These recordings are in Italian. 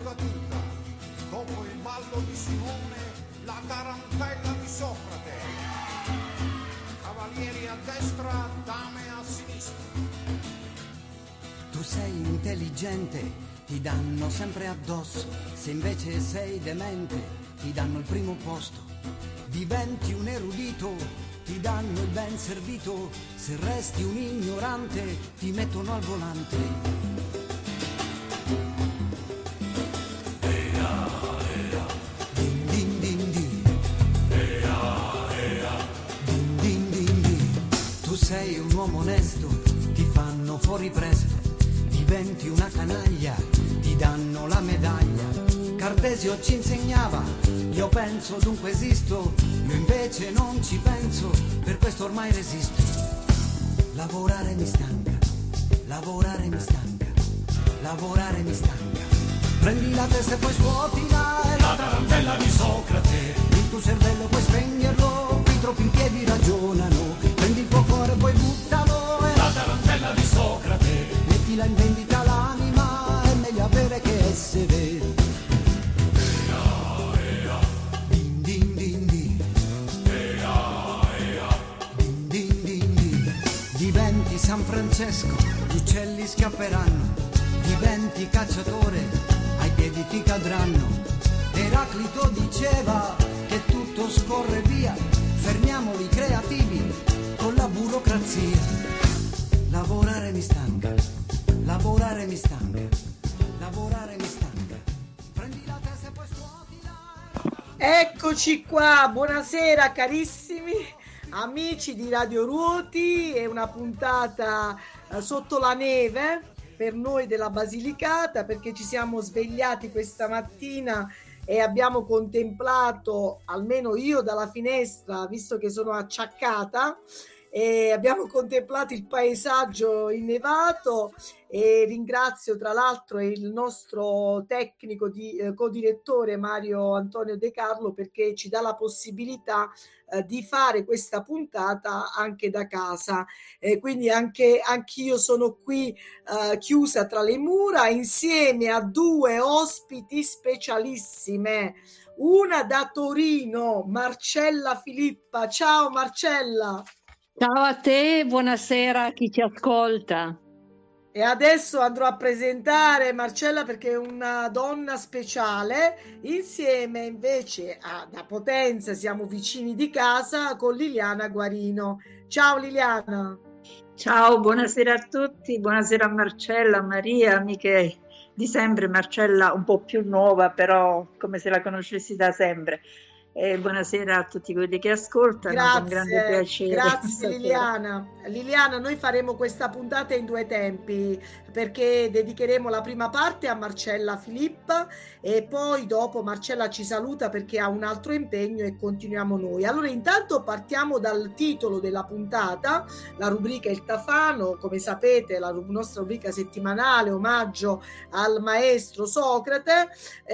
caduta, dopo il ballo di Simone, la tarantella di Socrate. Cavalieri a destra, dame a sinistra. Tu sei intelligente, ti danno sempre addosso, se invece sei demente, ti danno il primo posto. Diventi un erudito, ti danno il ben servito, se resti un ignorante, ti mettono al volante. Sei un uomo onesto, ti fanno fuori presto, diventi una canaglia, ti danno la medaglia. Cartesio ci insegnava, io penso dunque esisto, io invece non ci penso, per questo ormai resisto. Lavorare mi stanca, lavorare mi stanca, lavorare mi stanca. Prendi la testa e poi svuotila, è la tarantella di Socrate. Il tuo cervello puoi spegnerlo, qui troppi in piedi ragionano. Prendi il tuo cuore e poi buttalo, è la tarantella di Socrate. Mettila in vendita l'anima, è meglio avere che essere. Din din din din. Din din din din. Diventi San Francesco, gli uccelli scapperanno. Diventi cacciatore, ai piedi ti cadranno. Eraclito diceva che tutto scorre via, fermiamoli i creativi con la burocrazia. Lavorare mi stanca, lavorare mi stanca, lavorare mi stanca. Prendi la testa e poi scuotila. Eccoci qua, buonasera carissimi amici di Radio Ruoti, è una puntata sotto la neve per noi della Basilicata, perché ci siamo svegliati questa mattina e abbiamo contemplato, almeno io dalla finestra, visto che sono acciaccata, e abbiamo contemplato il paesaggio innevato. E ringrazio tra l'altro il nostro tecnico codirettore Mario Antonio De Carlo, perché ci dà la possibilità di fare questa puntata anche da casa, quindi anch'io sono qui chiusa tra le mura insieme a due ospiti specialissime, una da Torino, Marcella Filippa. Ciao Marcella. Ciao a te, buonasera a chi ci ascolta. E adesso andrò a presentare Marcella, perché è una donna speciale, insieme invece da Potenza, siamo vicini di casa, con Liliana Guarino. Ciao Liliana. Ciao, buonasera a tutti, buonasera a Marcella, a Maria, amiche di sempre. Marcella un po' più nuova, però come se la conoscessi da sempre. Buonasera a tutti quelli che ascoltano. Grazie, con grande piacere. grazie Liliana. Liliana, noi faremo questa puntata in due tempi, perché dedicheremo la prima parte a Marcella Filippa e poi dopo Marcella ci saluta perché ha un altro impegno e continuiamo noi. Allora intanto partiamo dal titolo della puntata, la rubrica Il Tafano, come sapete la nostra rubrica settimanale, omaggio al maestro Socrate.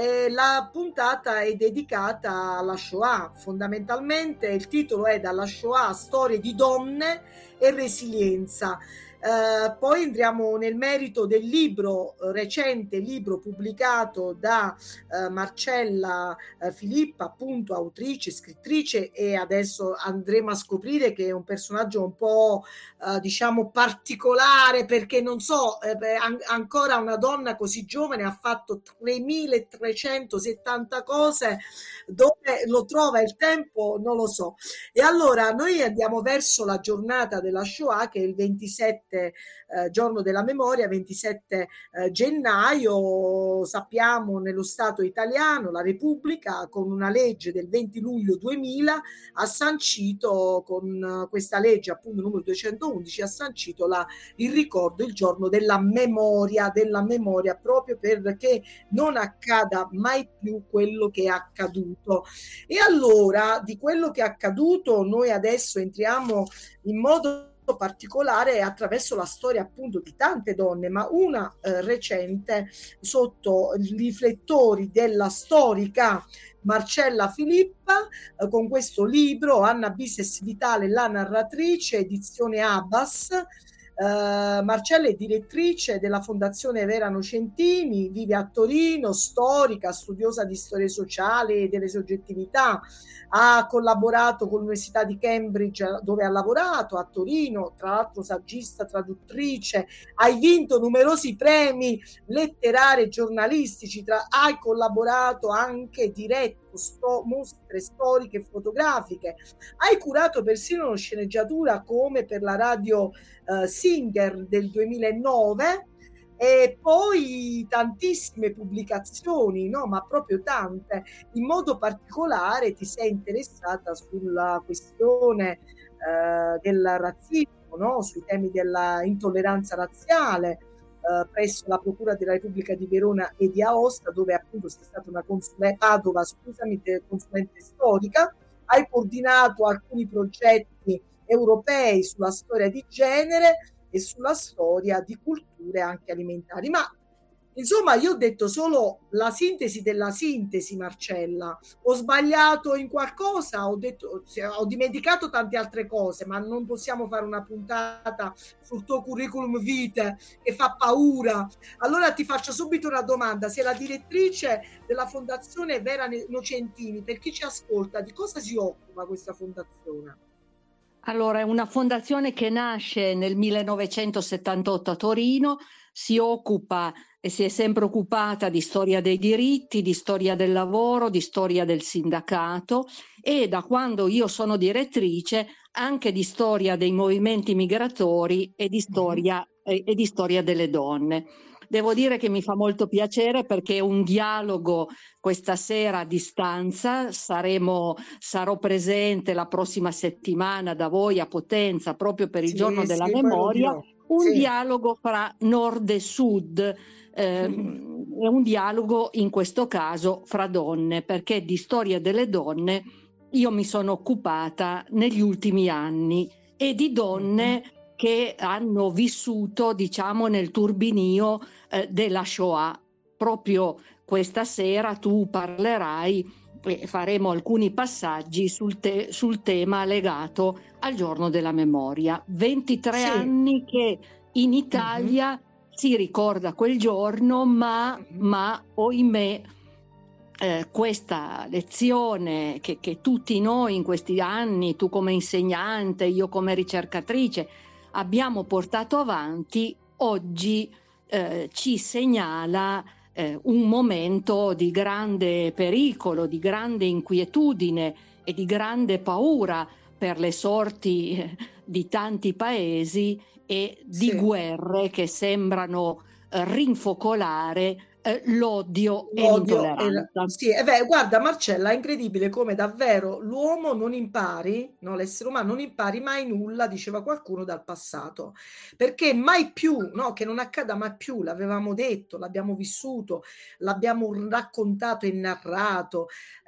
La puntata è dedicata alla Shoah, fondamentalmente il titolo è Dalla Shoah, storie di donne e resilienza. Poi entriamo nel merito del libro, recente libro pubblicato da Marcella Filippa, appunto autrice, scrittrice, e adesso andremo a scoprire che è un personaggio un po' diciamo particolare, perché non so, ancora una donna così giovane ha fatto 3370 cose, dove lo trova il tempo non lo so. E allora noi andiamo verso la giornata della Shoah, che è il 27 giorno della memoria, 27 gennaio, sappiamo nello Stato italiano, la Repubblica con una legge del 20 luglio 2000 ha sancito, con questa legge appunto numero 211, ha sancito il ricordo, il giorno della memoria, proprio perché non accada mai più quello che è accaduto. E allora di quello che è accaduto noi adesso entriamo in modo particolare attraverso la storia appunto di tante donne, ma una recente sotto i riflettori della storica Marcella Filippa, con questo libro Anna Bises Vitale, la narratrice, edizione Abbas, Marcella è direttrice della Fondazione Vera Nocentini, vive a Torino, storica, studiosa di storia sociale e delle soggettività. Ha collaborato con l'Università di Cambridge, dove ha lavorato, a Torino, tra l'altro saggista, traduttrice. Hai vinto numerosi premi letterari e giornalistici, hai collaborato anche diretto mostre storiche e fotografiche. Hai curato persino una sceneggiatura come per la radio Singer del 2009, e poi tantissime pubblicazioni, no? Ma proprio tante. In modo particolare ti sei interessata sulla questione del razzismo, no? Sui temi della intolleranza razziale, presso la Procura della Repubblica di Verona e di Aosta, dove appunto sei stata una Padova, consulente storica. Hai coordinato alcuni progetti europei sulla storia di genere e sulla storia di culture anche alimentari. Ma insomma, io ho detto solo la sintesi della sintesi, Marcella. Ho sbagliato in qualcosa? Ho dimenticato tante altre cose, ma non possiamo fare una puntata sul tuo curriculum vitae che fa paura. Allora ti faccio subito una domanda. Sei la direttrice della Fondazione Vera Nocentini. Per chi ci ascolta, di cosa si occupa questa fondazione? Allora, è una fondazione che nasce nel 1978 a Torino, si occupa e si è sempre occupata di storia dei diritti, di storia del lavoro, di storia del sindacato, e da quando io sono direttrice anche di storia dei movimenti migratori e di storia delle donne. Devo dire che mi fa molto piacere, perché è un dialogo questa sera a distanza. Sarò presente la prossima settimana da voi a Potenza proprio per il giorno della memoria. Un dialogo fra nord e sud, è un dialogo in questo caso fra donne, perché di storia delle donne io mi sono occupata negli ultimi anni, e di donne che hanno vissuto, diciamo, nel turbinio della Shoah. Proprio questa sera tu parlerai e faremo alcuni passaggi sul tema legato al giorno della memoria. 23 anni che in Italia si ricorda quel giorno, ma ohimè, questa lezione che tutti noi in questi anni, tu come insegnante, io come ricercatrice, abbiamo portato avanti, oggi ci segnala un momento di grande pericolo, di grande inquietudine e di grande paura per le sorti di tanti paesi, e di guerre che sembrano rinfocolare l'odio e l'intolleranza. Guarda Marcella, è incredibile come davvero l'uomo non impari, no, l'essere umano non impari mai nulla, diceva qualcuno, dal passato, perché mai più, no, che non accada mai più, l'avevamo detto, l'abbiamo vissuto, l'abbiamo raccontato e narrato,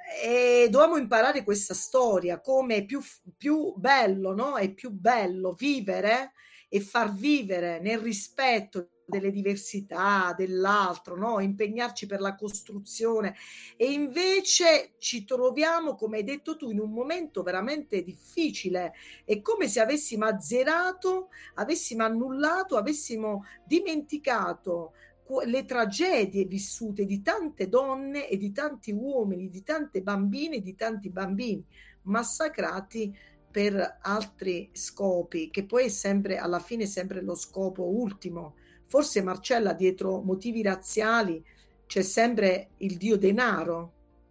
e dovevamo imparare questa storia, come più bello, no? È più bello vivere e far vivere nel rispetto delle diversità dell'altro, no? Impegnarci per la costruzione, e invece ci troviamo, come hai detto tu, in un momento veramente difficile. È come se avessimo azzerato, avessimo annullato, avessimo dimenticato le tragedie vissute di tante donne e di tanti uomini, di tante bambine e di tanti bambini massacrati per altri scopi, che poi è sempre, alla fine, sempre lo scopo ultimo. Forse, Marcella, dietro motivi razziali c'è sempre il dio denaro.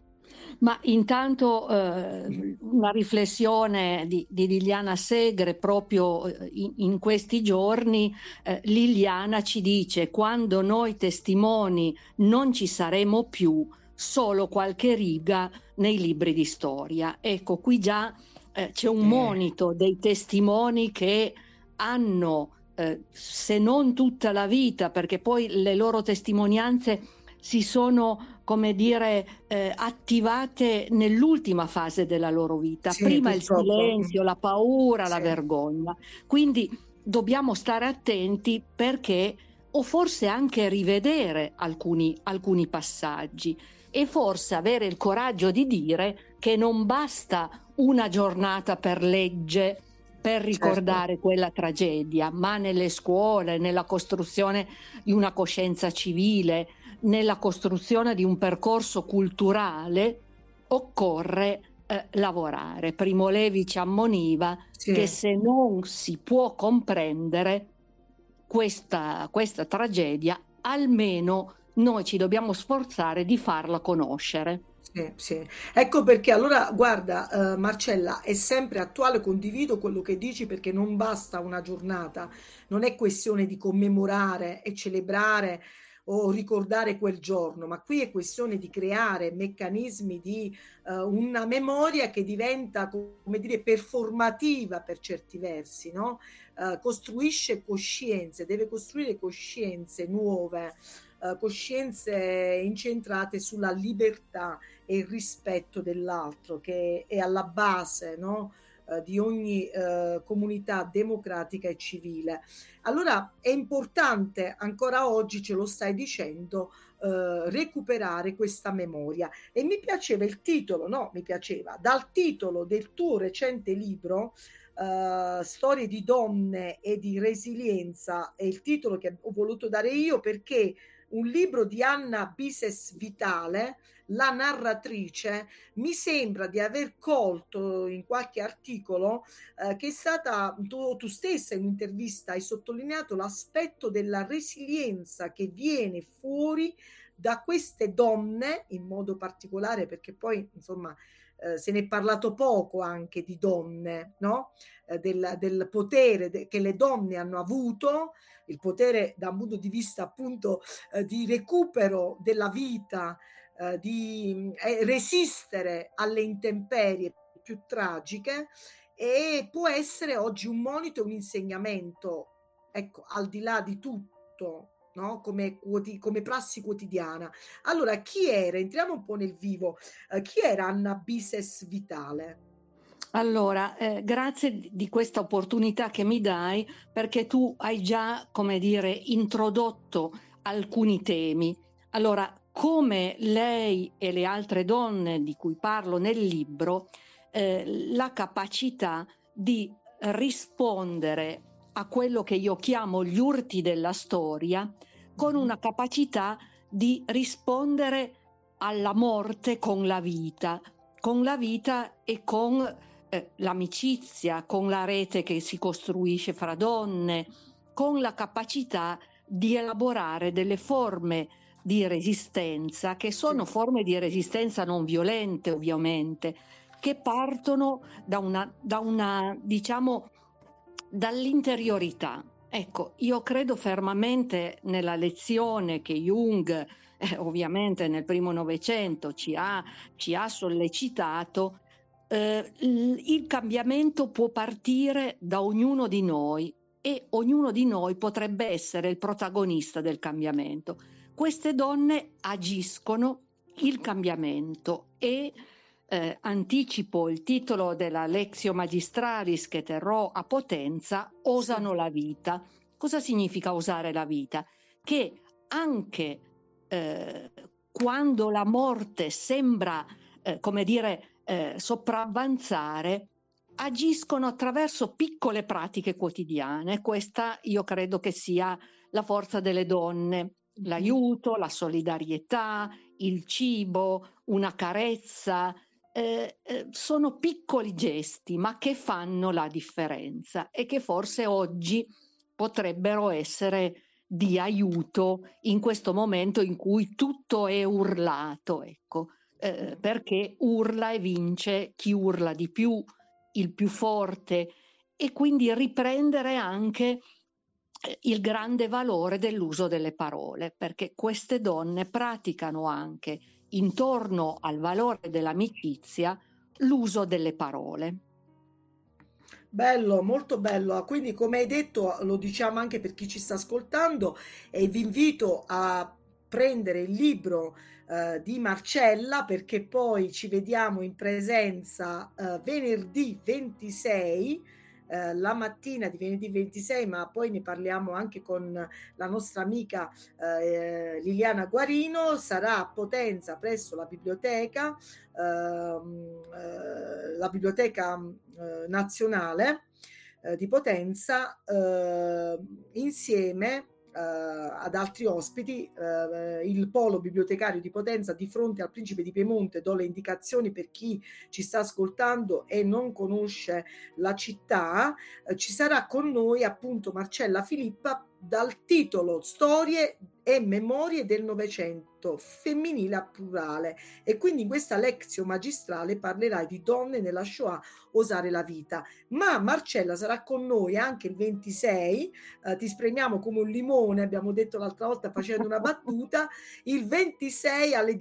Ma intanto una riflessione di Liliana Segre proprio in questi giorni. Liliana ci dice: quando noi testimoni non ci saremo più, solo qualche riga nei libri di storia. Ecco, qui già c'è un monito dei testimoni che hanno, se non tutta la vita, perché poi le loro testimonianze si sono, come dire, attivate nell'ultima fase della loro vita. Prima purtroppo. Il silenzio, la paura, la vergogna. Quindi dobbiamo stare attenti, perché, o forse anche rivedere alcuni passaggi, e forse avere il coraggio di dire che non basta una giornata per legge per ricordare quella tragedia, ma nelle scuole, nella costruzione di una coscienza civile, nella costruzione di un percorso culturale occorre lavorare. Primo Levi ci ammoniva che se non si può comprendere questa tragedia, almeno noi ci dobbiamo sforzare di farla conoscere. Sì. Ecco perché allora, guarda, Marcella, è sempre attuale, condivido quello che dici perché non basta una giornata, non è questione di commemorare e celebrare o ricordare quel giorno, ma qui è questione di creare meccanismi di una memoria che diventa, come dire, performativa per certi versi, no? Costruisce coscienze, deve costruire coscienze nuove, coscienze incentrate sulla libertà e il rispetto dell'altro, che è alla base, no, di ogni comunità democratica e civile. Allora è importante, ancora oggi ce lo stai dicendo, recuperare questa memoria. E mi piaceva il titolo, no, mi piaceva, dal titolo del tuo recente libro, Storie di donne e di resilienza, è il titolo che ho voluto dare io perché un libro di Anna Bises Vitale, la narratrice, mi sembra di aver colto in qualche articolo che è stata, tu stessa in un'intervista hai sottolineato l'aspetto della resilienza che viene fuori da queste donne, in modo particolare perché poi insomma se ne è parlato poco anche di donne, no? Del potere che le donne hanno avuto, il potere da un punto di vista appunto di recupero della vita, di resistere alle intemperie più tragiche, e può essere oggi un monito e un insegnamento, ecco, al di là di tutto, no? Come prassi quotidiana. Allora, chi era? Entriamo un po' nel vivo. Chi era Anna Bises Vitale? Allora, grazie di questa opportunità che mi dai, perché tu hai già, come dire, introdotto alcuni temi. Allora, come lei e le altre donne di cui parlo nel libro, la capacità di rispondere a quello che io chiamo gli urti della storia, con una capacità di rispondere alla morte con la vita e con l'amicizia, con la rete che si costruisce fra donne, con la capacità di elaborare delle forme di resistenza che sono forme di resistenza non violente, ovviamente, che partono da una diciamo dall'interiorità. Ecco, io credo fermamente nella lezione che Jung ovviamente nel primo Novecento ci ha sollecitato. Il cambiamento può partire da ognuno di noi e ognuno di noi potrebbe essere il protagonista del cambiamento. Queste donne agiscono il cambiamento e anticipo il titolo della Lectio Magistralis che terrò a Potenza, osano la vita. Cosa significa osare la vita? Che anche quando la morte sembra, come dire, sopravvanzare, agiscono attraverso piccole pratiche quotidiane. Questa io credo che sia la forza delle donne, l'aiuto, la solidarietà, il cibo, una carezza, sono piccoli gesti ma che fanno la differenza e che forse oggi potrebbero essere di aiuto in questo momento in cui tutto è urlato, ecco. Perché urla e vince chi urla di più, il più forte, e quindi riprendere anche il grande valore dell'uso delle parole, perché queste donne praticano anche intorno al valore dell'amicizia l'uso delle parole. Bello, molto bello. Quindi, come hai detto, lo diciamo anche per chi ci sta ascoltando, e vi invito a prendere il libro di Marcella, perché poi ci vediamo in presenza venerdì 26, la mattina di venerdì 26, ma poi ne parliamo anche con la nostra amica Liliana Guarino. Sarà a Potenza presso la biblioteca nazionale, di Potenza, insieme ad altri ospiti, il polo bibliotecario di Potenza di fronte al Principe di Piemonte. Do le indicazioni per chi ci sta ascoltando e non conosce la città. Ci sarà con noi appunto Marcella Filippa dal titolo Storie e memorie del Novecento, femminile a plurale, e quindi in questa lezione magistrale parlerai di donne nella Shoah, osare la vita. Ma Marcella sarà con noi anche il 26, ti spremiamo come un limone, abbiamo detto l'altra volta facendo una battuta, il 26 alle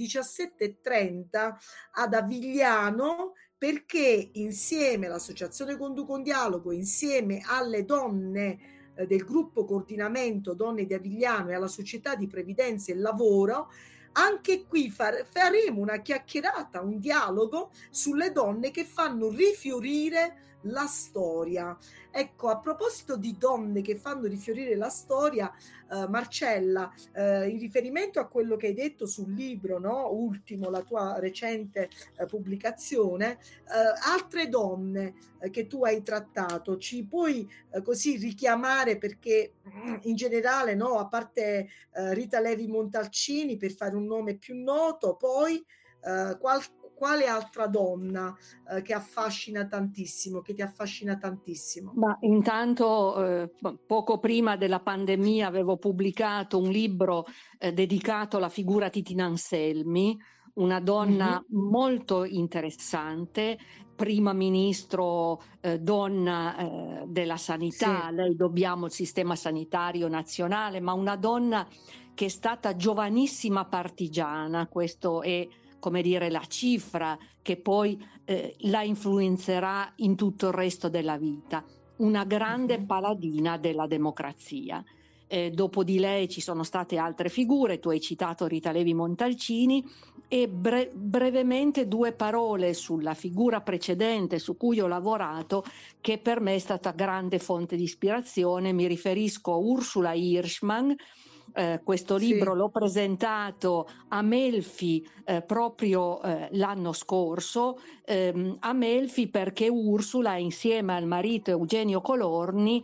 17:30 ad Avigliano, perché insieme all'Associazione Conduco un Dialogo, insieme alle donne del gruppo coordinamento Donne di Avigliano e alla Società di Previdenza e Lavoro, anche qui faremo una chiacchierata, un dialogo sulle donne che fanno rifiorire la storia. Ecco, a proposito di donne che fanno rifiorire la storia, Marcella, in riferimento a quello che hai detto sul libro, no? Ultimo, la tua recente pubblicazione, altre donne che tu hai trattato, ci puoi così richiamare, perché in generale, no, a parte Rita Levi Montalcini, per fare un nome più noto, poi quale altra donna che affascina tantissimo, che ti affascina tantissimo? Ma intanto poco prima della pandemia avevo pubblicato un libro dedicato alla figura Titina Anselmi, una donna molto interessante, prima ministro donna della sanità. Sì. Lei dobbiamo il sistema sanitario nazionale, ma una donna che è stata giovanissima partigiana. Questo è, come dire, la cifra che poi la influenzerà in tutto il resto della vita. Una grande paladina della democrazia. Dopo di lei ci sono state altre figure, tu hai citato Rita Levi Montalcini, e brevemente due parole sulla figura precedente su cui ho lavorato, che per me è stata grande fonte di ispirazione. Mi riferisco a Ursula Hirschman. Questo libro l'ho presentato a Melfi proprio l'anno scorso, a Melfi, perché Ursula, insieme al marito Eugenio Colorni,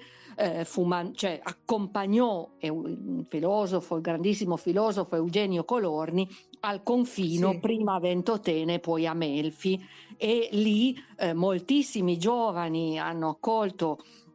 accompagnò il grandissimo filosofo Eugenio Colorni al confino, prima a Ventotene, poi a Melfi, e lì moltissimi giovani hanno accolto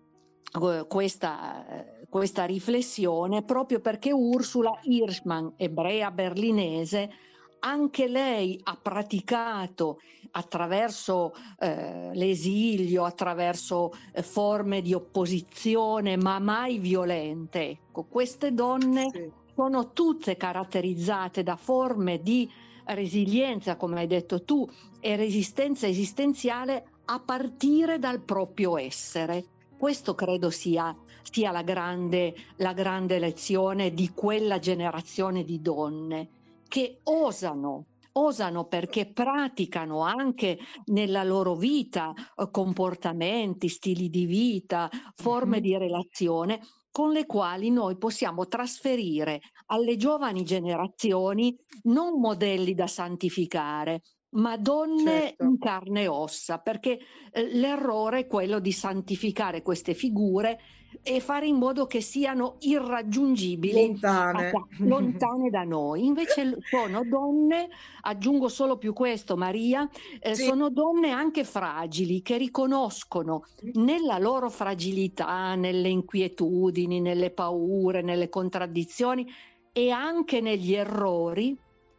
questa riflessione, proprio perché Ursula Hirschman, ebrea berlinese, anche lei ha praticato attraverso l'esilio, attraverso forme di opposizione, ma mai violente. Ecco, queste donne sono tutte caratterizzate da forme di resilienza, come hai detto tu, e resistenza esistenziale a partire dal proprio essere. Questo credo sia la grande lezione di quella generazione di donne che osano perché praticano anche nella loro vita comportamenti, stili di vita, forme di relazione con le quali noi possiamo trasferire alle giovani generazioni non modelli da santificare, ma donne in carne e ossa, perché l'errore è quello di santificare queste figure e fare in modo che siano irraggiungibili, lontane da noi. Invece sono donne, aggiungo solo più questo, Maria, sono donne anche fragili, che riconoscono nella loro fragilità, nelle inquietudini, nelle paure, nelle contraddizioni e anche negli errori,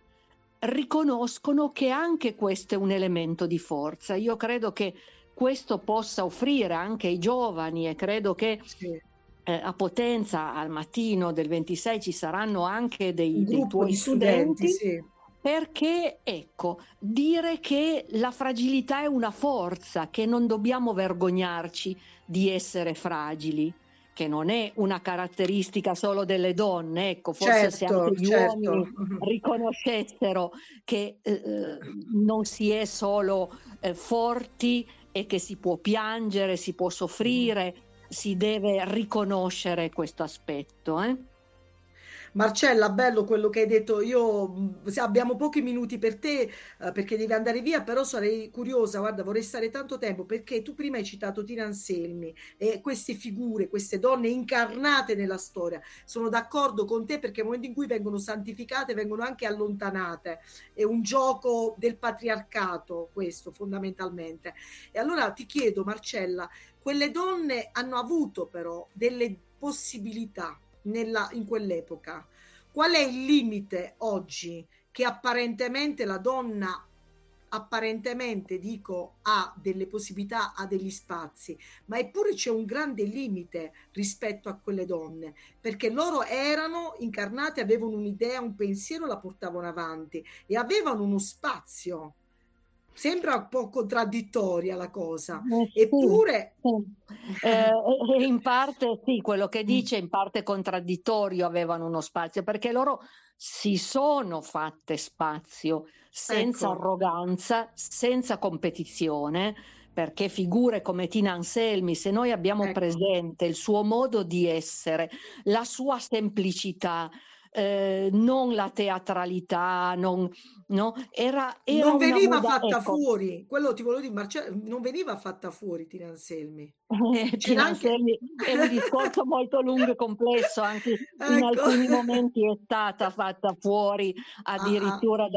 riconoscono che anche questo è un elemento di forza. Io credo che questo possa offrire anche ai giovani, e credo che a Potenza al mattino del 26 ci saranno anche dei tuoi studenti, perché ecco, dire che la fragilità è una forza, che non dobbiamo vergognarci di essere fragili, che non è una caratteristica solo delle donne. Ecco, forse se anche gli uomini riconoscessero che non si è solo forti e che si può piangere, si può soffrire, si deve riconoscere questo aspetto. Marcella, bello quello che hai detto. Io se abbiamo pochi minuti per te, perché devi andare via, però sarei curiosa, guarda, vorrei stare tanto tempo perché tu prima hai citato Tina Anselmi e queste figure, queste donne incarnate nella storia. Sono d'accordo con te perché nel momento in cui vengono santificate, vengono anche allontanate. È un gioco del patriarcato, questo fondamentalmente. E allora ti chiedo, Marcella, quelle donne hanno avuto però delle possibilità in quell'epoca. Qual è il limite oggi che apparentemente la donna, apparentemente dico, ha delle possibilità, ha degli spazi, ma eppure c'è un grande limite rispetto a quelle donne, perché loro erano incarnate, avevano un'idea, un pensiero, la portavano avanti e avevano uno spazio. Sembra un po' contraddittoria la cosa, eppure... Sì. In parte sì, quello che dice in parte contraddittorio, avevano uno spazio, perché loro si sono fatte spazio senza Ecco. arroganza, senza competizione, perché figure come Tina Anselmi, se noi abbiamo Ecco. presente il suo modo di essere, la sua semplicità, non la teatralità, no? Era Non una veniva moda, fatta ecco. fuori, quello ti volevo dire, Marcella, non veniva fatta fuori Tina Anselmi. C'era Tina anche... Anselmi è un discorso molto lungo e complesso, anche in Ecco. alcuni momenti è stata fatta fuori Ah, addirittura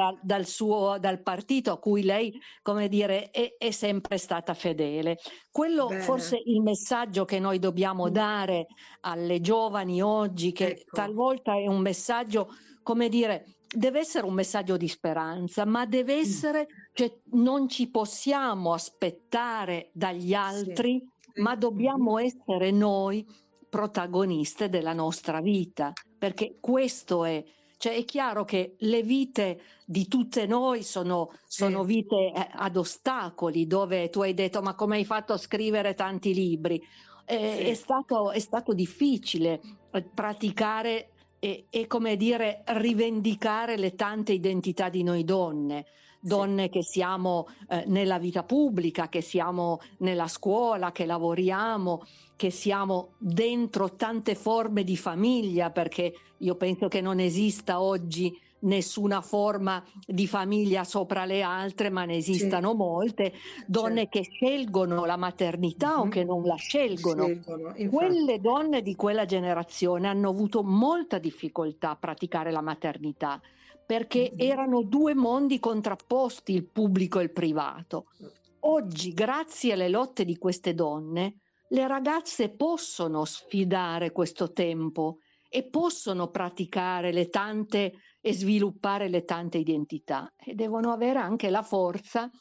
dal partito a cui lei, come dire, è sempre stata fedele. Quello bene. forse il messaggio che noi dobbiamo dare alle giovani oggi, che Ecco. talvolta è un messaggio, come dire, deve essere un messaggio di speranza, ma deve essere, cioè, non ci possiamo aspettare dagli Sì. altri, ma dobbiamo essere noi protagoniste della nostra vita, perché questo è, cioè è chiaro che le vite di tutte noi sono Sì. vite ad ostacoli, dove tu hai detto ma come hai fatto a scrivere tanti libri? Sì. È stato difficile praticare e come dire rivendicare le tante identità di noi donne. Donne che siamo nella vita pubblica, che siamo nella scuola, che lavoriamo, che siamo dentro tante forme di famiglia, perché io penso che non esista oggi nessuna forma di famiglia sopra le altre, ma ne Sì. esistano molte, donne Certo. che scelgono la maternità o che non la scelgono. Scelgono, infatti. Quelle donne di quella generazione hanno avuto molta difficoltà a praticare la maternità, perché erano due mondi contrapposti, il pubblico e il privato. Oggi, grazie alle lotte di queste donne, le ragazze possono sfidare questo tempo e possono praticare le tante e sviluppare le tante identità, e devono avere anche la forza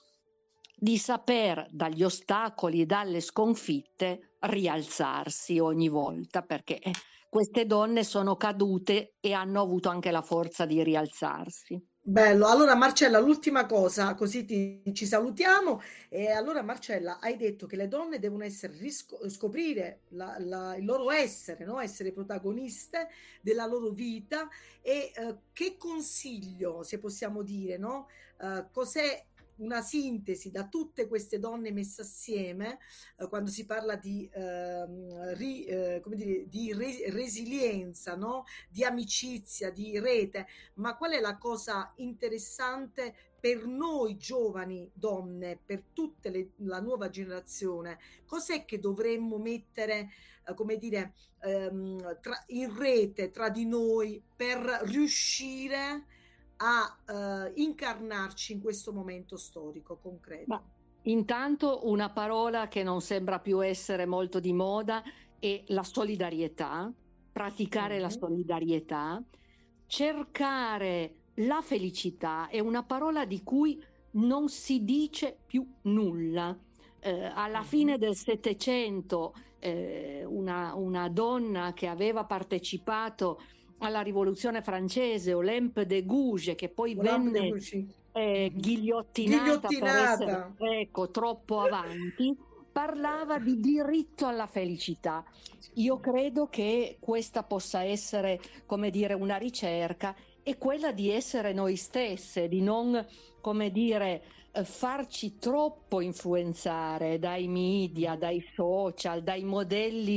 di saper dagli ostacoli e dalle sconfitte rialzarsi ogni volta, perché queste donne sono cadute e hanno avuto anche la forza di rialzarsi. Bello. Allora, Marcella, l'ultima cosa, così ci salutiamo. E allora, Marcella, hai detto che le donne devono essere scoprire il loro essere, no? Essere protagoniste della loro vita. E che consiglio, se possiamo dire, no? Cos'è una sintesi da tutte queste donne messe assieme, quando si parla di, come dire, di resilienza, no? Di amicizia, di rete, ma qual è la cosa interessante per noi giovani donne, per tutta la nuova generazione? Cos'è che dovremmo mettere, come dire, in rete tra di noi per riuscire a incarnarci in questo momento storico concreto? Ma intanto una parola che non sembra più essere molto di moda è la solidarietà, praticare la solidarietà, cercare la felicità è una parola di cui non si dice più nulla. Alla fine del Settecento una donna che aveva partecipato alla rivoluzione francese, Olympe de Gouges, che poi venne ghigliottinata per essere troppo avanti, parlava di diritto alla felicità. Io credo che questa possa essere, come dire, una ricerca, è quella di essere noi stesse, di non, come dire, farci troppo influenzare dai media, dai social, dai modelli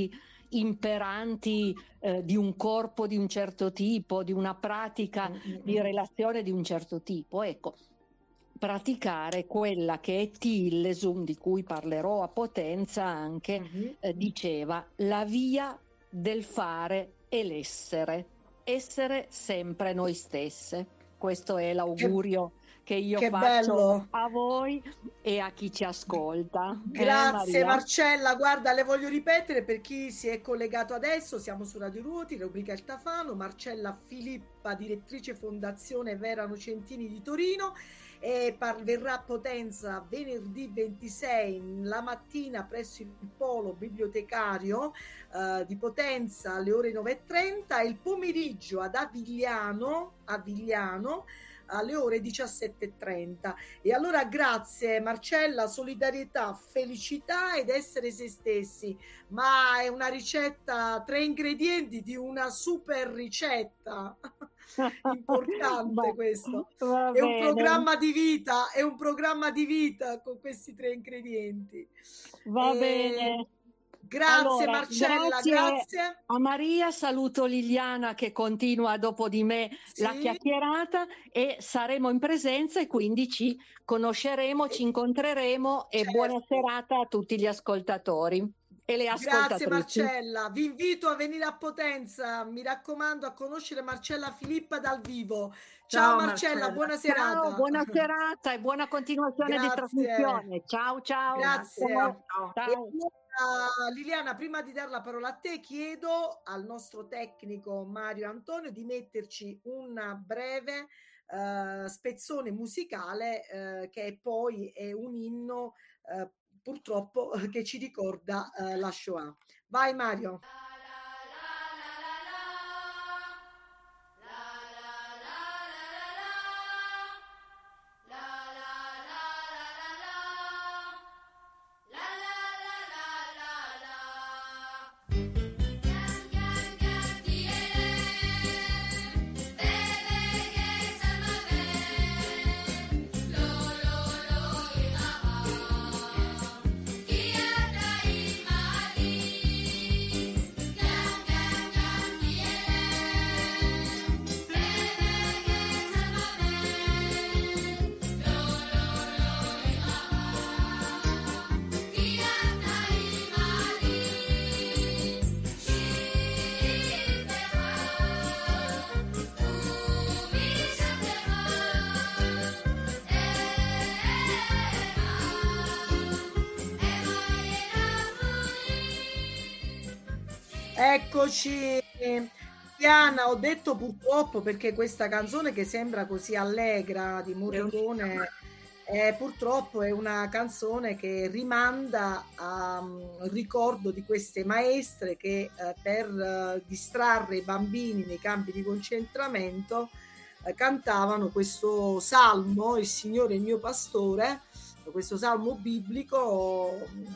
imperanti di un corpo di un certo tipo, di una pratica di relazione di un certo tipo. Ecco, praticare quella che è Tillesum, di cui parlerò a potenza anche, diceva la via del fare e l'essere, essere sempre noi stesse. Questo è l'augurio che io faccio bello. a voi e a chi ci ascolta. Grazie Maria? Marcella, guarda, le voglio ripetere per chi si è collegato adesso, siamo su Radio Ruoti, rubrica Il Tafano, Marcella Filippa, direttrice Fondazione Vera Nocentini di Torino, e verrà a Potenza venerdì 26 la mattina presso il Polo Bibliotecario di Potenza alle ore 9:30 e il pomeriggio ad Avigliano alle ore 17:30. E allora grazie Marcella, solidarietà, felicità ed essere se stessi, ma è una ricetta, 3 ingredienti di una super ricetta importante questo. È un programma di vita, è un programma di vita con questi 3 ingredienti. Va bene. Grazie allora, Marcella, grazie a Maria, saluto Liliana che continua dopo di me la chiacchierata e saremo in presenza e quindi ci conosceremo, ci incontreremo e buona serata a tutti gli ascoltatori e le ascoltatrici. Grazie Marcella, vi invito a venire a Potenza, mi raccomando a conoscere Marcella Filippa dal vivo. Ciao Marcella, buona serata. Ciao, buona serata e buona continuazione di trasmissione. Ciao. Grazie. Ciao. Liliana, prima di dare la parola a te, chiedo al nostro tecnico Mario Antonio di metterci un breve spezzone musicale che poi è un inno purtroppo che ci ricorda la Shoah. Vai Mario. Eccoci. Diana, ho detto purtroppo perché questa canzone che sembra così allegra di Morricone purtroppo è una canzone che rimanda al ricordo di queste maestre che per distrarre i bambini nei campi di concentramento cantavano questo salmo, Il Signore è il mio pastore, questo salmo biblico,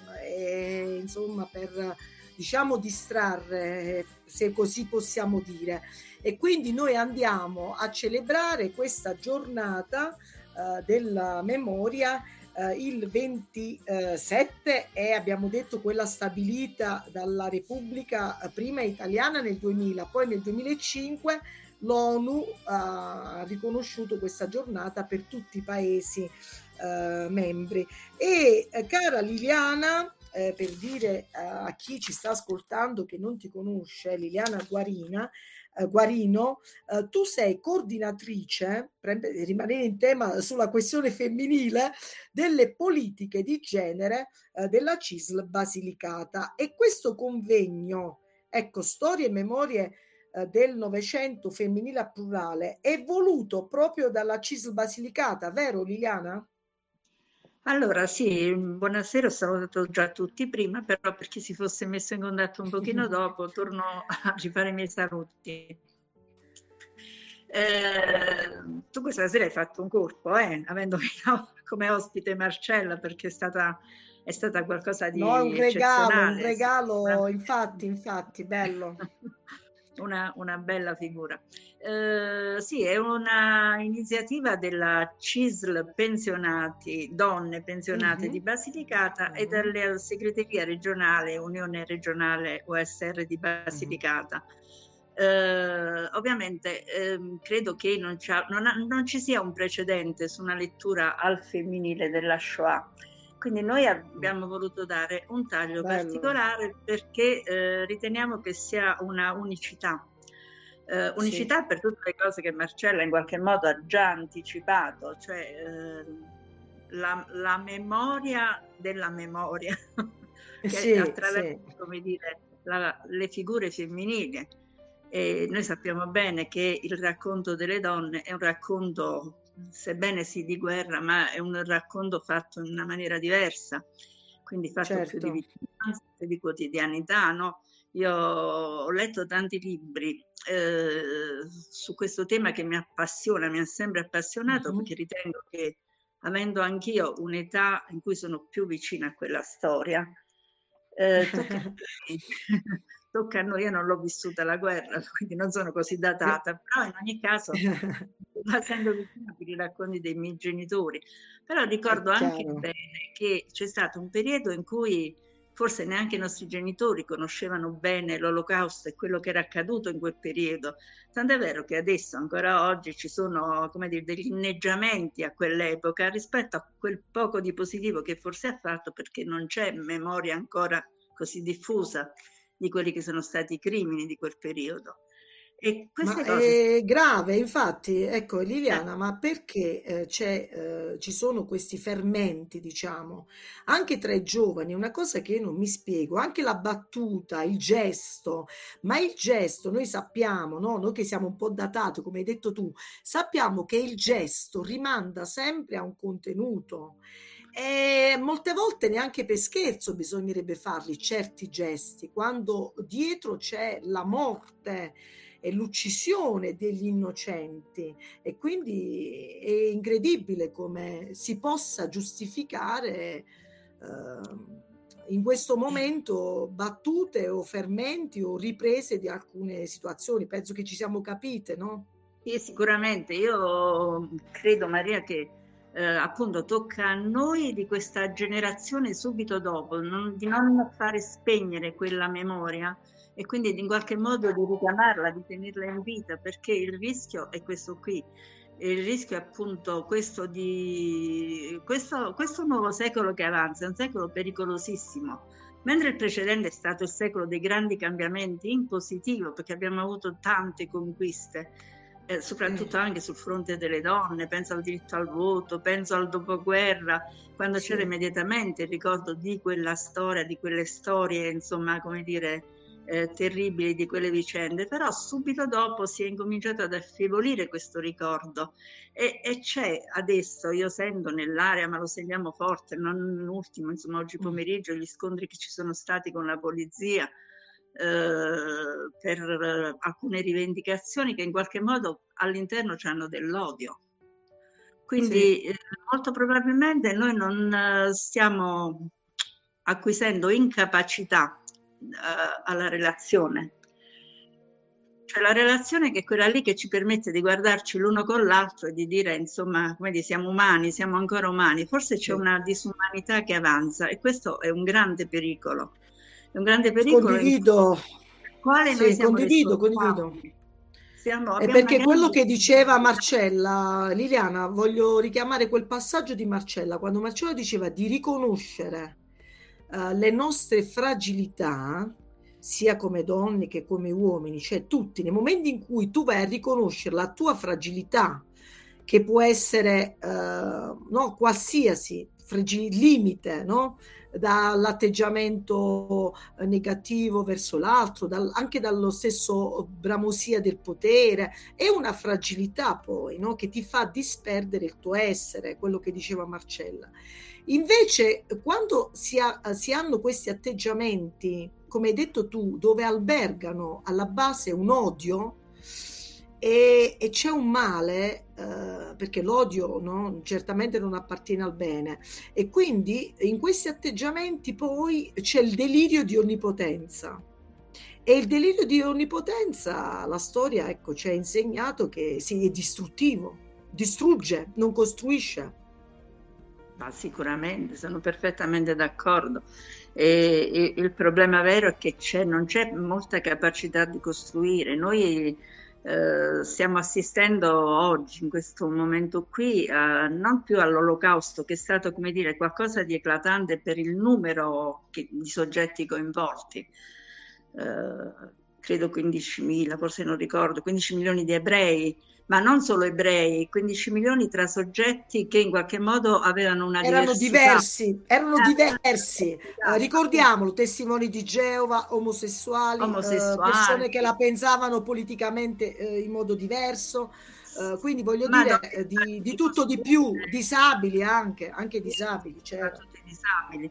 insomma per diciamo distrarre, se così possiamo dire. E quindi noi andiamo a celebrare questa giornata della memoria il 27 e abbiamo detto quella stabilita dalla Repubblica prima italiana nel 2000, poi nel 2005 l'ONU ha riconosciuto questa giornata per tutti i Paesi membri. E cara Liliana, per dire a chi ci sta ascoltando che non ti conosce, Liliana Guarino, tu sei coordinatrice, per rimanere in tema sulla questione femminile, delle politiche di genere della CISL Basilicata, e questo convegno, ecco, storie e memorie del Novecento femminile a plurale, è voluto proprio dalla CISL Basilicata, vero Liliana? Allora sì, buonasera, ho salutato già tutti prima, però per chi si fosse messo in contatto un pochino dopo, torno a rifare i miei saluti. Tu questa sera hai fatto un colpo, avendo come ospite Marcella, perché è stata qualcosa di no, è un regalo, eccezionale. infatti, bello. una bella figura. Sì, è una iniziativa della CISL pensionati, donne pensionate di Basilicata e della segreteria regionale, Unione Regionale OSR di Basilicata. Ovviamente credo che non ci sia un precedente su una lettura al femminile della Shoah. Quindi noi abbiamo voluto dare un taglio particolare perché riteniamo che sia una unicità. Unicità per tutte le cose che Marcella in qualche modo ha già anticipato, cioè la memoria della memoria, che attraverso, come dire, le figure femminili. E noi sappiamo bene che il racconto delle donne è un racconto, sebbene sì di guerra, ma è un racconto fatto in una maniera diversa, quindi fatto più di vicinanza, di quotidianità, no? Io ho letto tanti libri su questo tema che mi appassiona, mi ha sempre appassionato, perché ritengo che, avendo anch'io un'età in cui sono più vicina a quella storia, tocca a noi. Io non l'ho vissuta la guerra, quindi non sono così datata, però in ogni caso essendo vicina per i racconti dei miei genitori. Però ricordo anche bene che c'è stato un periodo in cui forse neanche i nostri genitori conoscevano bene l'Olocausto e quello che era accaduto in quel periodo. Tant'è vero che adesso, ancora oggi, ci sono, come dire, degli inneggiamenti a quell'epoca rispetto a quel poco di positivo che forse ha fatto, perché non c'è memoria ancora così diffusa di quelli che sono stati i crimini di quel periodo. E queste cose... È grave, infatti, ecco Liliana, ma perché ci sono questi fermenti, diciamo, anche tra i giovani? Una cosa che io non mi spiego, anche la battuta, il gesto, ma il gesto, noi sappiamo, no? Noi che siamo un po' datati, come hai detto tu, sappiamo che il gesto rimanda sempre a un contenuto. E molte volte neanche per scherzo bisognerebbe farli certi gesti, quando dietro c'è la morte e l'uccisione degli innocenti, e quindi è incredibile come si possa giustificare in questo momento battute o fermenti o riprese di alcune situazioni. Penso che ci siamo capite, no? Sì, sicuramente. Io credo, Maria, che appunto tocca a noi di questa generazione subito dopo di non fare spegnere quella memoria e quindi in qualche modo di richiamarla, di tenerla in vita, perché il rischio è questo qui. Il rischio è appunto questo nuovo secolo che avanza, è un secolo pericolosissimo. Mentre il precedente è stato il secolo dei grandi cambiamenti in positivo, perché abbiamo avuto tante conquiste, soprattutto anche sul fronte delle donne, penso al diritto al voto, penso al dopoguerra, quando c'era immediatamente il ricordo di quella storia, di quelle storie, insomma, come dire, terribili, di quelle vicende. Però subito dopo si è incominciato ad affievolire questo ricordo e c'è adesso, io sento nell'area, ma lo sentiamo forte, non ultimo, insomma, oggi pomeriggio gli scontri che ci sono stati con la polizia per alcune rivendicazioni che in qualche modo all'interno hanno dell'odio. Quindi molto probabilmente noi non stiamo acquisendo incapacità alla relazione. Cioè la relazione che è quella lì che ci permette di guardarci l'uno con l'altro e di dire, insomma, come dire, siamo umani, siamo ancora umani. Forse c'è una disumanità che avanza e questo è un grande pericolo. È un grande pericolo. Condivido. Condivido. È perché quello che diceva Marcella, Liliana, voglio richiamare quel passaggio di Marcella, quando Marcella diceva di riconoscere le nostre fragilità, sia come donne che come uomini, cioè tutti, nei momenti in cui tu vai a riconoscere la tua fragilità, che può essere no, qualsiasi limite, no? Dall'atteggiamento negativo verso l'altro, anche dallo stesso bramosia del potere, è una fragilità poi, no? Che ti fa disperdere il tuo essere, quello che diceva Marcella. Invece quando si hanno questi atteggiamenti, come hai detto tu, dove albergano alla base un odio e c'è un male, perché l'odio, no, certamente non appartiene al bene, e quindi in questi atteggiamenti poi c'è il delirio di onnipotenza E il delirio di onnipotenza, la storia, ecco, ci ha insegnato che sì, è distruttivo, distrugge, non costruisce. Ma sicuramente, sono perfettamente d'accordo. E il problema vero è che non c'è molta capacità di costruire. Noi stiamo assistendo oggi, in questo momento qui, non più all'Olocausto, che è stato, come dire, qualcosa di eclatante per il numero di soggetti coinvolti. Credo 15.000, forse non ricordo, 15 milioni di ebrei, ma non solo ebrei, 15 milioni tra soggetti che in qualche modo avevano una Erano diversità. erano diversi. Esatto. Ricordiamolo, testimoni di Geova, omosessuali, persone che Omosessuali, la pensavano politicamente in modo diverso, quindi voglio ma non dire di di tutto di più, costruire. disabili anche Sì, disabili, a certo. tutti i disabili.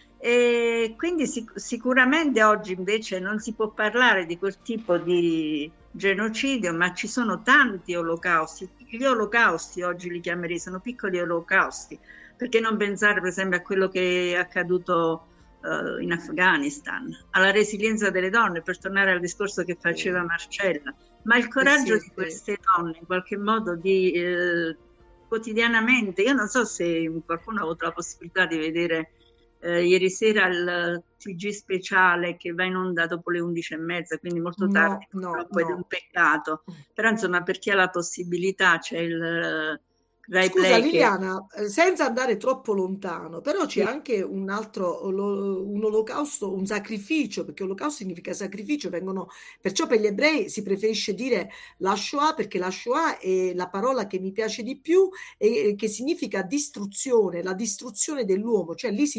E quindi sicuramente oggi invece non si può parlare di quel tipo di genocidio, ma ci sono tanti olocausti. Gli olocausti oggi li chiamerei, sono piccoli olocausti, perché non pensare per esempio a quello che è accaduto in Afghanistan, alla resilienza delle donne, per tornare al discorso che faceva Marcella, ma il coraggio Sì, di sì. queste donne in qualche modo di quotidianamente, io non so se qualcuno ha avuto la possibilità di vedere ieri sera il TG speciale che va in onda dopo le 11:30, quindi molto tardi No, no, purtroppo, ed è un no. peccato, però insomma per chi ha la possibilità c'è il Rai Scusa Play che Liliana, senza andare troppo lontano, però c'è sì, anche un altro, un olocausto, un sacrificio, perché olocausto significa sacrificio, perciò per gli ebrei si preferisce dire la Shoah, perché la Shoah è la parola che mi piace di più e che significa distruzione, la distruzione dell'uomo, cioè lì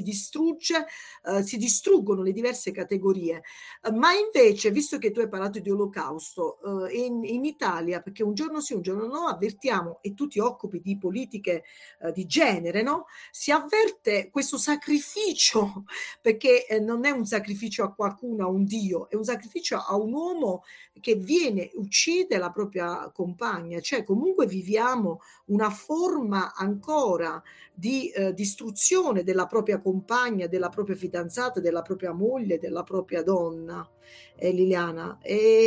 si distruggono le diverse categorie. Ma invece, visto che tu hai parlato di olocausto, in Italia, perché un giorno sì, un giorno no, avvertiamo, e tu ti occupi di politiche di genere, no? Si avverte questo sacrificio, perché non è un sacrificio a qualcuno, a un dio, è un sacrificio a un uomo che uccide la propria compagna, cioè comunque viviamo una forma ancora di distruzione della propria compagna, della propria fidanzata, della propria moglie, della propria donna, Liliana.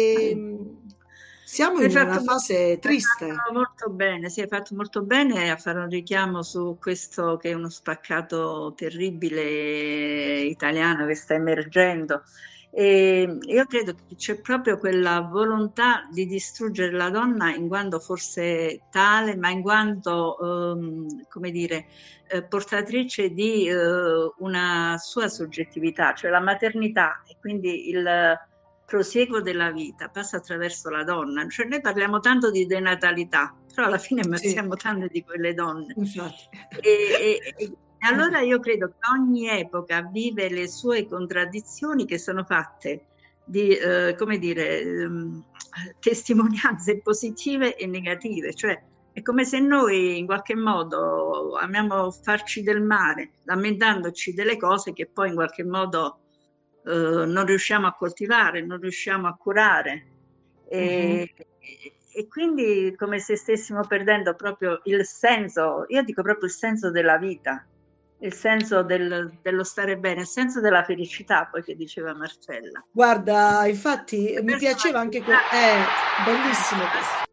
Siamo hai in una fatto, fase hai triste. fatto molto bene, sì, hai fatto molto bene a fare un richiamo su questo che è uno spaccato terribile italiano che sta emergendo. E io credo che c'è proprio quella volontà di distruggere la donna in quanto forse tale, ma in quanto, come dire, portatrice di una sua soggettività, cioè la maternità e quindi il prosieguo della vita passa attraverso la donna. Cioè noi parliamo tanto di denatalità, però alla fine Sì, ammazziamo tante di quelle donne. infatti. E allora io credo che ogni epoca vive le sue contraddizioni che sono fatte di, come dire, testimonianze positive e negative. Cioè è come se noi in qualche modo amiamo farci del male, lamentandoci delle cose che poi in qualche modo non riusciamo a coltivare, non riusciamo a curare. Mhm. E quindi come se stessimo perdendo proprio il senso, io dico proprio il senso della vita, il senso dello stare bene, il senso della felicità, poi che diceva Marcella. Guarda, infatti Le mi persone piaceva che anche è bellissimo questo.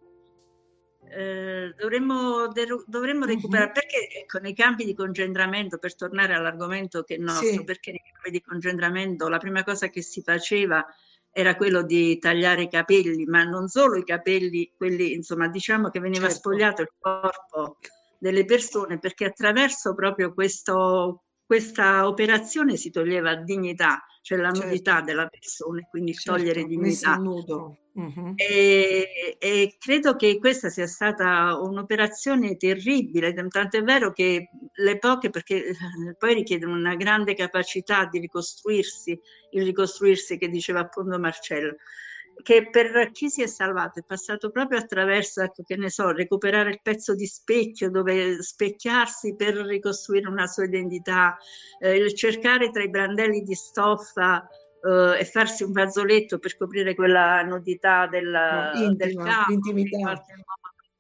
dovremmo recuperare, Mhm. perché ecco, nei campi di concentramento, per tornare all'argomento che è nostro, Sì, perché nei campi di concentramento la prima cosa che si faceva era quello di tagliare i capelli, ma non solo i capelli, quelli, insomma, diciamo che veniva certo, spogliato il corpo delle persone perché attraverso proprio questa operazione si toglieva dignità, cioè la nudità certo, della persona e quindi il togliere certo, messa a dignità. nudo. Mhm. E credo che questa sia stata un'operazione terribile, tanto è vero che le poche, perché poi richiedono una grande capacità di ricostruirsi, il ricostruirsi che diceva appunto Marcello, che per chi si è salvato è passato proprio attraverso, ecco, che ne so, recuperare il pezzo di specchio dove specchiarsi per ricostruire una sua identità, il cercare tra i brandelli di stoffa e farsi un fazzoletto per coprire quella nudità No, del intima, capo, che in l'intimità. qualche modo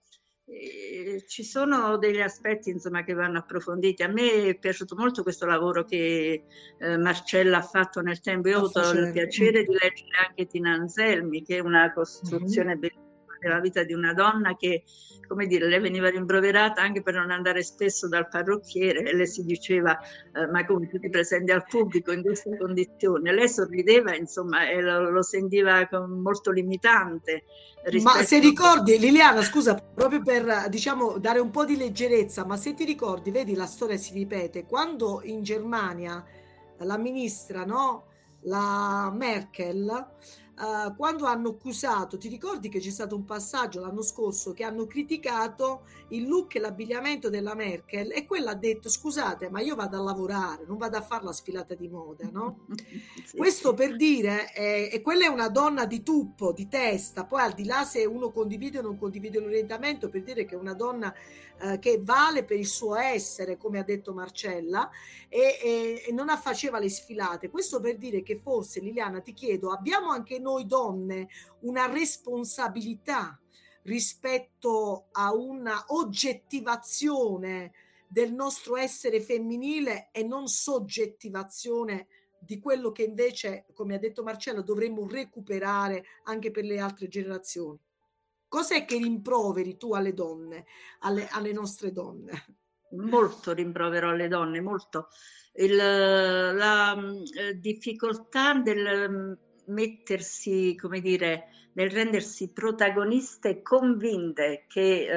Ci sono degli aspetti, insomma, che vanno approfonditi. A me è piaciuto molto questo lavoro che Marcella ha fatto nel tempo. Io ho avuto il piacere di leggere anche Tina Anselmi, che è una costruzione bellissima della vita di una donna che, come dire, le veniva rimproverata anche per non andare spesso dal parrucchiere, e le si diceva ma come tu ti presenti al pubblico in questa condizione? Lei sorrideva, insomma, e lo sentiva molto limitante. Ma se ricordi, Liliana, scusa, proprio per, diciamo, dare un po' di leggerezza, ma se ti ricordi, vedi, la storia si ripete, quando in Germania la ministra, no, la Merkel, quando hanno accusato, ti ricordi che c'è stato un passaggio l'anno scorso che hanno criticato il look e l'abbigliamento della Merkel, e quella ha detto: scusate, ma io vado a lavorare, non vado a fare la sfilata di moda, no? Sì. Questo per dire, e quella è una donna di tuppo, di testa, poi al di là se uno condivide o non condivide l'orientamento, per dire che è una donna che vale per il suo essere, come ha detto Marcella, e non faceva le sfilate. Questo per dire che forse, Liliana, ti chiedo, abbiamo anche noi donne una responsabilità rispetto a una oggettivazione del nostro essere femminile e non soggettivazione di quello che invece, come ha detto Marcella, dovremmo recuperare anche per le altre generazioni. Cos'è che rimproveri tu alle donne, alle nostre donne? Molto rimprovero alle donne, molto. La difficoltà del mettersi, come dire, nel rendersi protagoniste e convinte che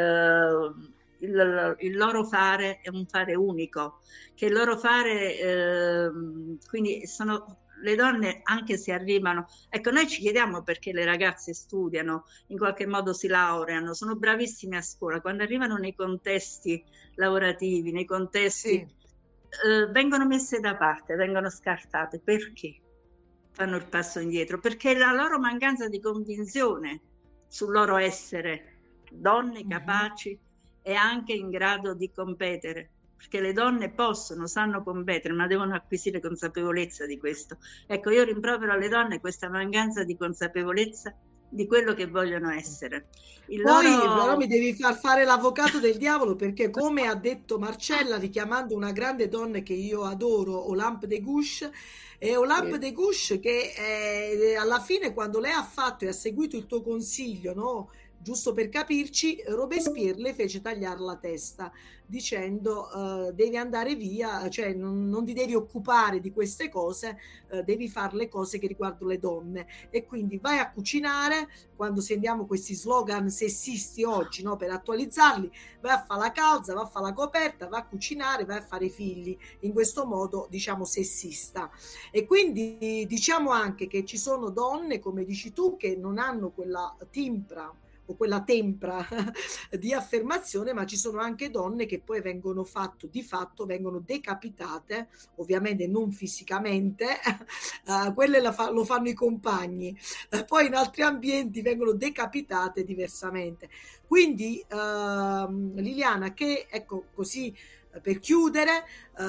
il loro fare è un fare unico, che il loro fare, quindi sono le donne, anche se arrivano, ecco, noi ci chiediamo perché le ragazze studiano, in qualche modo si laureano, sono bravissime a scuola, quando arrivano nei contesti lavorativi, nei contesti, vengono messe da parte, vengono scartate. Perché fanno il passo indietro? Perché la loro mancanza di convinzione sul loro essere donne capaci e anche in grado di competere, perché le donne possono, sanno competere, ma devono acquisire consapevolezza di questo. Ecco, io rimprovero alle donne questa mancanza di consapevolezza di quello che vogliono essere. Poi però mi devi far fare l'avvocato del diavolo, perché come ha detto Marcella, richiamando una grande donna che io adoro, Olympe de Gouges, e Olympe de Gouges che alla fine, quando lei ha fatto e ha seguito il tuo consiglio, no? Giusto per capirci, Robespierre le fece tagliare la testa dicendo devi andare via, cioè non ti devi occupare di queste cose, devi fare le cose che riguardano le donne, e quindi vai a cucinare. Quando sentiamo questi slogan sessisti oggi, no, per attualizzarli, vai a fare la calza, vai a fare la coperta, vai a cucinare, vai a fare i figli, in questo modo diciamo sessista. E quindi diciamo anche che ci sono donne, come dici tu, che non hanno quella timpra o quella tempra di affermazione, ma ci sono anche donne che poi vengono vengono decapitate, ovviamente non fisicamente, quelle lo fanno i compagni, poi in altri ambienti vengono decapitate diversamente. Quindi Liliana, che ecco, così per chiudere,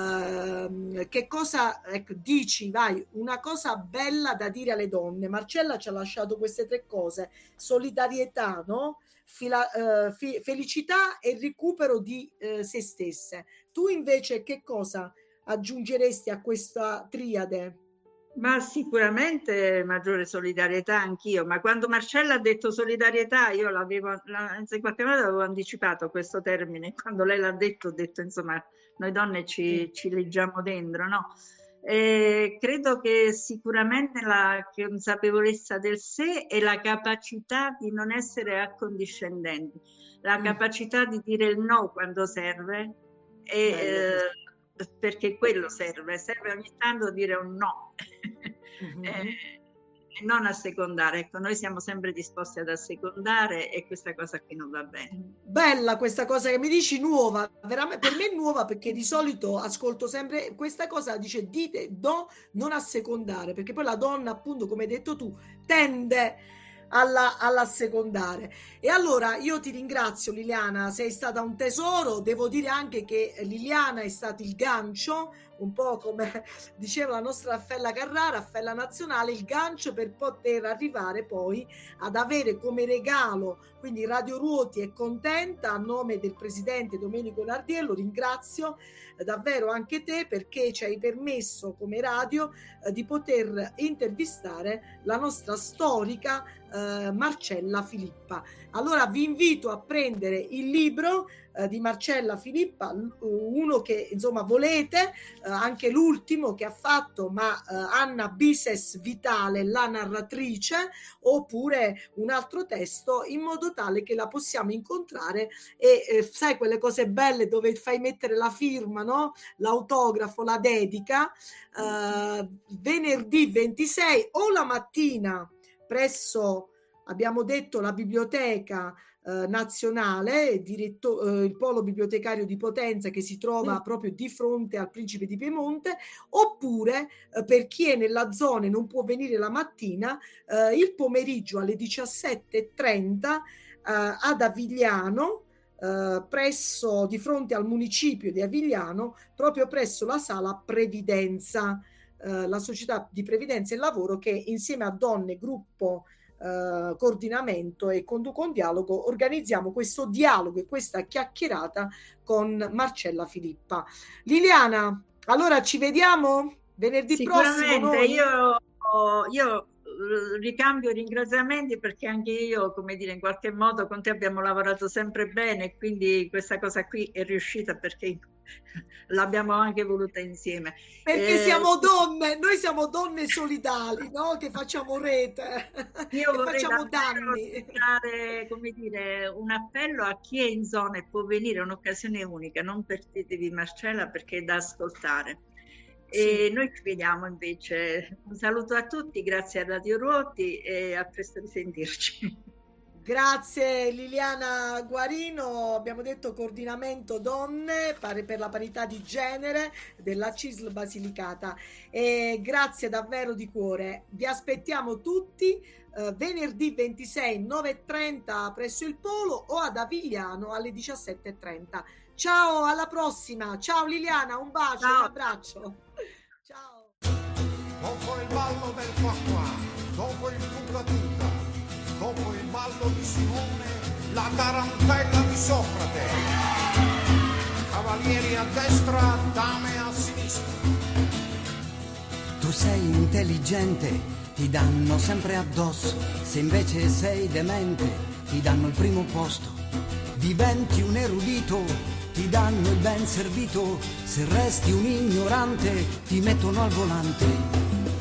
che cosa dici, vai, una cosa bella da dire alle donne? Marcella ci ha lasciato queste 3 cose: solidarietà, no? Felicità e recupero di se stesse. Tu invece che cosa aggiungeresti a questa triade? Ma sicuramente maggiore solidarietà, anch'io, ma quando Marcella ha detto solidarietà io in qualche modo avevo anticipato questo termine, quando lei l'ha detto, ho detto insomma noi donne ci leggiamo dentro, no? Credo che sicuramente la consapevolezza del sé e la capacità di non essere accondiscendenti, la capacità di dire il no quando serve, perché quello serve ogni tanto dire un no. E non assecondare. Ecco, noi siamo sempre disposti ad assecondare e questa cosa qui non va bene. Bella questa cosa che mi dici, nuova, veramente per me è nuova, perché di solito ascolto sempre questa cosa, dice dite no, non assecondare, perché poi la donna, appunto, come hai detto tu, tende all'assecondare. E allora io ti ringrazio, Liliana, sei stata un tesoro. Devo dire anche che Liliana è stato il gancio, un po' come diceva la nostra Raffaella Carrà, Raffaella Nazionale, il gancio per poter arrivare poi ad avere come regalo, quindi Radio Ruoti è contenta, a nome del presidente Domenico Nardiello ringrazio davvero anche te, perché ci hai permesso come radio di poter intervistare la nostra storica Marcella Filippa. Allora vi invito a prendere il libro di Marcella Filippa, uno che insomma volete, anche l'ultimo che ha fatto, ma Anna Bises Vitale, la narratrice, oppure un altro testo, in modo tale che la possiamo incontrare e sai quelle cose belle dove fai mettere la firma, no? L'autografo, la dedica, venerdì 26 o la mattina presso, abbiamo detto, la biblioteca nazionale, il polo bibliotecario di Potenza, che si trova proprio di fronte al Principe di Piemonte, oppure per chi è nella zona e non può venire la mattina, il pomeriggio alle 17:30 ad Avigliano, presso, di fronte al municipio di Avigliano, proprio presso la sala Previdenza, la società di previdenza e lavoro che insieme a Donne Gruppo Coordinamento e Conduco un Dialogo organizziamo questo dialogo e questa chiacchierata con Marcella Filippa. Liliana, allora ci vediamo venerdì prossimo. Io ricambio ringraziamenti, perché anche io, come dire, in qualche modo con te abbiamo lavorato sempre bene, quindi questa cosa qui è riuscita perché l'abbiamo anche voluta insieme. Perché siamo donne, noi siamo donne solidali, no? Che facciamo rete, io che vorrei facciamo danni. dare, come dire, un appello a chi è in zona e può venire, è un'occasione unica, non perdetevi Marcella perché è da ascoltare. E sì, noi ci vediamo invece. Un saluto a tutti, grazie a Radio Ruoti e a presto risentirci. Grazie Liliana Guarino, abbiamo detto coordinamento donne per la parità di genere della CISL Basilicata, e grazie davvero di cuore. Vi aspettiamo tutti venerdì 26 9:30 presso il Polo o ad Avigliano alle 17:30. Ciao, alla prossima. Ciao Liliana, un bacio, un abbraccio. Ciao. Dopo il ballo del qua qua, dopo il tuca tuca, dopo il ballo di Simone, la tarantella di Socrate. Cavalieri a destra, dame a sinistra. Tu sei intelligente, ti danno sempre addosso. Se invece sei demente, ti danno il primo posto. Diventi un erudito, ti danno il ben servito. Se resti un ignorante, ti mettono al volante.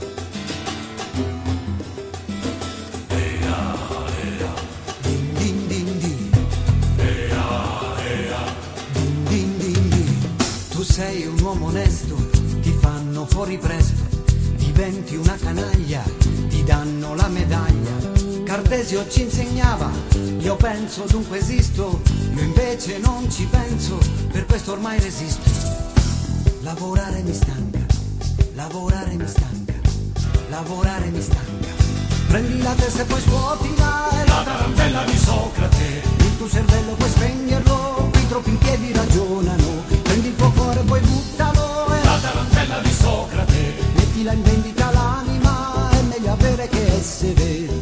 Tu sei un uomo onesto, ti fanno fuori presto. Diventi una canaglia, ti danno la medaglia. Cartesio ci insegnava, io penso dunque esisto. Io invece non ci penso, per questo ormai resisto. Lavorare mi stanca, lavorare mi stanca, lavorare mi stanca. Prendi la testa e poi scuotila, è la tarantella di Socrate. Il tuo cervello puoi spegnerlo, qui troppi in piedi ragionano. Prendi il tuo cuore e poi buttalo, è la tarantella di Socrate. Mettila in vendita l'anima, è meglio avere che essere.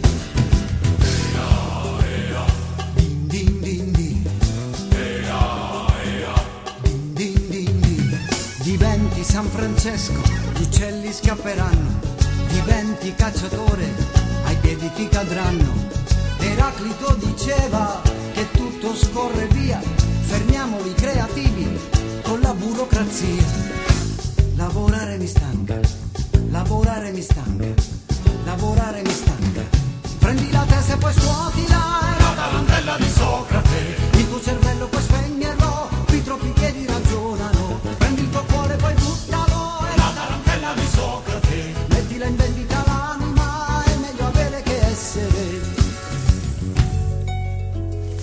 Diventi San Francesco, gli uccelli scapperanno. Diventi cacciatore, ai piedi ti cadranno. Eraclito diceva che tutto scorre via, fermiamoli creativi con la burocrazia. Lavorare mi stanca, lavorare mi stanca, lavorare mi stanca. Prendi la testa e poi scuotila, è la tarantella di Socrate. Il tuo cervello puoi spegnerlo, qui troppi piedi ragionano. Prendi il tuo cuore e poi buttalo, è la tarantella di Socrate. Mettila in vendita l'anima, è meglio avere che essere.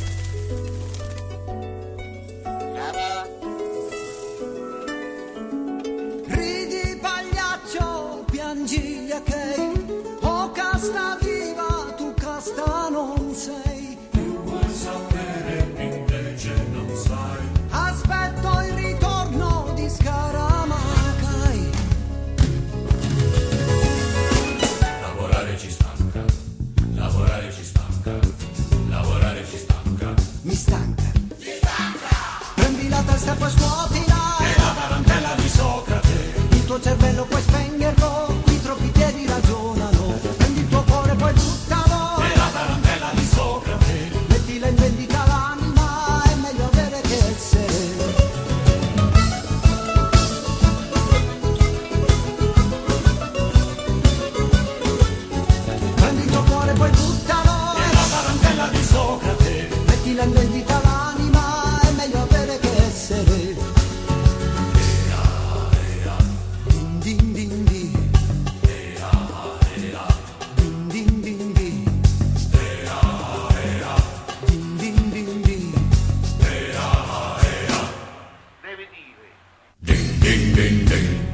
testa puoi scuotila, è la tarantella di Socrate. il tuo cervello puoi spegnerlo, i troppi piedi ragionano, prendi il tuo cuore poi buttalo, È la tarantella di Socrate. mettila in vendita l'anima, è meglio avere che essere. Prendi il tuo cuore poi buttalo, È la tarantella di Socrate. mettila in vendita l'anima, è meglio avere che essere. Din din din di. Din din din di. Din din din di. Ding ding ding ding.